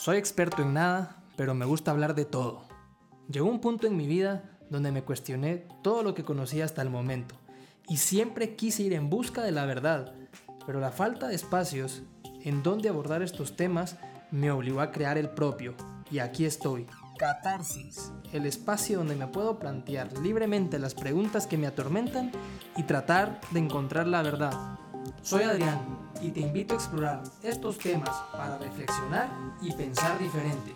soy experto en nada, pero me gusta hablar de todo. Llegó un punto en mi vida donde me cuestioné todo lo que conocía hasta el momento y siempre quise ir en busca de la verdad, pero la falta de espacios en donde abordar estos temas me obligó a crear el propio, y aquí estoy. Catarsis, el espacio donde me puedo plantear libremente las preguntas que me atormentan y tratar de encontrar la verdad. Soy Adrián y te invito a explorar estos temas para reflexionar y pensar diferente.